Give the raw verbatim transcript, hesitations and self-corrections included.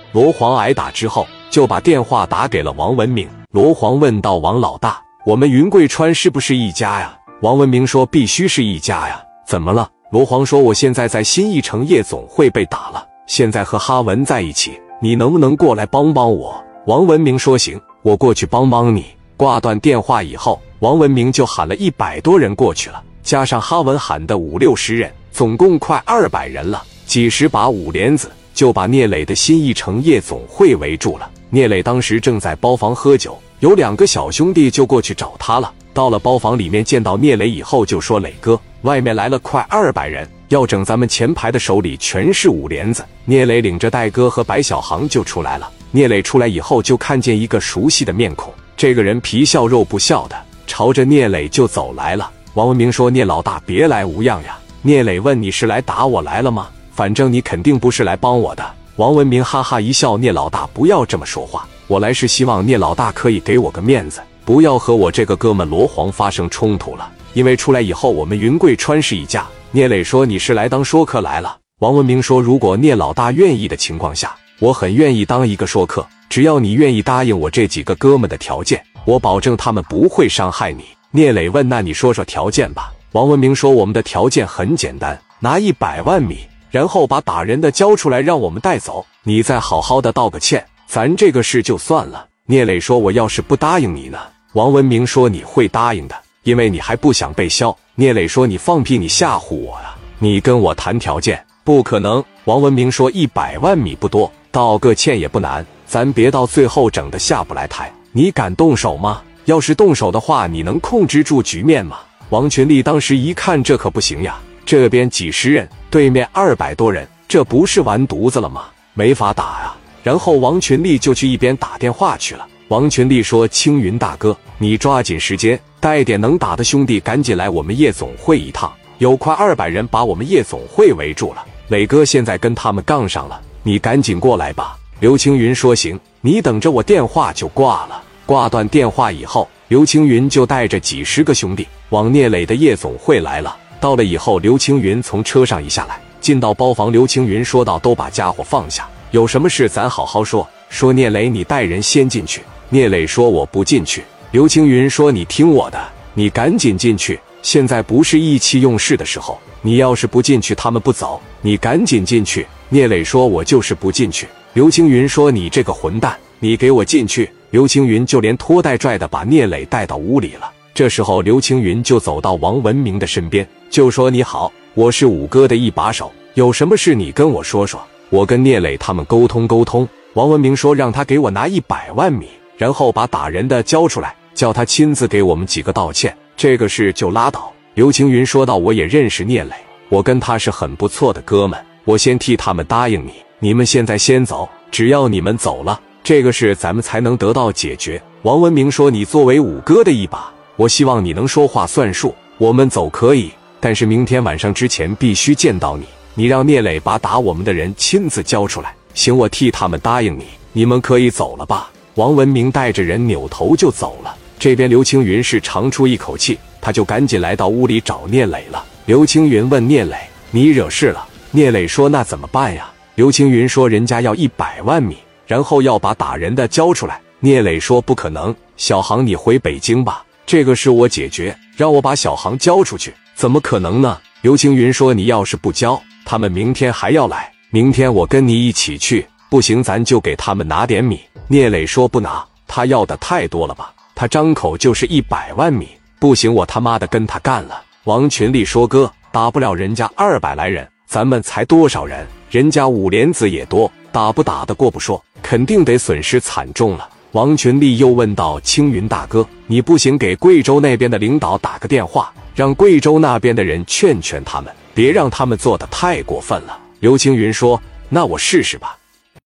罗黄挨打之后，就把电话打给了王文明。罗黄问道：“王老大，我们云贵川是不是一家呀？”王文明说：“必须是一家呀。”怎么了？罗黄说：“我现在在新义城夜总会被打了，现在和哈文在一起，你能不能过来帮帮我？”王文明说：“行，我过去帮帮你。”挂断电话以后，王文明就喊了一百多人过去了，加上哈文喊的五六十人，总共快二百人了。几十把五连子就把聂磊的新义城夜总会围住了。聂磊当时正在包房喝酒，有两个小兄弟就过去找他了。到了包房里面，见到聂磊以后就说：“磊哥，外面来了快二百人，要整咱们前排的手里全是五连子。”聂磊领着戴哥和白小航就出来了。聂磊出来以后就看见一个熟悉的面孔，这个人皮笑肉不笑的，朝着聂磊就走来了。王文明说：“聂老大别来无恙呀。”聂磊问：“你是来打我来了吗？反正你肯定不是来帮我的。”王文明哈哈一笑：“聂老大不要这么说话，我来是希望聂老大可以给我个面子，不要和我这个哥们罗黄发生冲突了，因为出来以后我们云贵川是一家。”聂磊说：“你是来当说客来了？”王文明说：“如果聂老大愿意的情况下，我很愿意当一个说客，只要你愿意答应我这几个哥们的条件，我保证他们不会伤害你。”聂磊问：“那你说说条件吧。”王文明说：“我们的条件很简单，拿一百万米，然后把打人的交出来让我们带走，你再好好的道个歉，咱这个事就算了。”聂磊说：“我要是不答应你呢？”王文明说：“你会答应的，因为你还不想被削。”聂磊说：“你放屁，你吓唬我呀！你跟我谈条件，不可能。”王文明说：“一百万米不多，道个歉也不难，咱别到最后整得下不来台。你敢动手吗？要是动手的话，你能控制住局面吗？”王群力当时一看，这可不行呀，这边几十人，对面二百多人，这不是完犊子了吗？没法打呀。然后王群力就去一边打电话去了。王群力说：“青云大哥，你抓紧时间，带点能打的兄弟赶紧来我们夜总会一趟，有快二百人把我们夜总会围住了。磊哥现在跟他们杠上了，你赶紧过来吧。”刘青云说：“行，你等着我。”电话就挂了。挂断电话以后，刘青云就带着几十个兄弟往聂磊的夜总会来了。到了以后，刘青云从车上一下来，进到包房，刘青云说道：“都把家伙放下，有什么事咱好好说。”说：“聂磊，你带人先进去。”聂磊说：“我不进去。”刘青云说：“你听我的，你赶紧进去，现在不是意气用事的时候，你要是不进去，他们不走，你赶紧进去。”聂磊说：“我就是不进去。”刘青云说：“你这个混蛋，你给我进去！”刘青云就连拖带拽的把聂磊带到屋里了。这时候刘青云就走到王文明的身边，就说：“你好，我是五哥的一把手，有什么事你跟我说说，我跟聂磊他们沟通沟通。”王文明说：“让他给我拿一百万米，然后把打人的交出来，叫他亲自给我们几个道歉，这个事就拉倒。”刘青云说道：“我也认识聂磊，我跟他是很不错的哥们，我先替他们答应你，你们现在先走，只要你们走了，这个事咱们才能得到解决。”王文明说：“你作为五哥的一把，我希望你能说话算数，我们走可以，但是明天晚上之前必须见到你，你让聂磊把打我们的人亲自交出来，行，我替他们答应你，你们可以走了吧。”王文明带着人扭头就走了。这边刘青云是长出一口气，他就赶紧来到屋里找聂磊了。刘青云问聂磊：“你惹事了？”聂磊说：“那怎么办呀？”刘青云说：“人家要一百万米，然后要把打人的交出来。”聂磊说：“不可能，小航你回北京吧，这个事我解决，让我把小航交出去，怎么可能呢？”刘青云说：“你要是不交，他们明天还要来，明天我跟你一起去，不行咱就给他们拿点米。”聂磊说：“不拿，他要的太多了吧，他张口就是一百万米，不行我他妈的跟他干了。”王群力说：“哥，打不了人家二百来人，咱们才多少人，人家五连子也多，打不打得过不说，肯定得损失惨重了。”王群力又问道：“青云大哥，你不行给贵州那边的领导打个电话，让贵州那边的人劝劝他们，别让他们做得太过分了。”刘青云说：“那我试试吧。”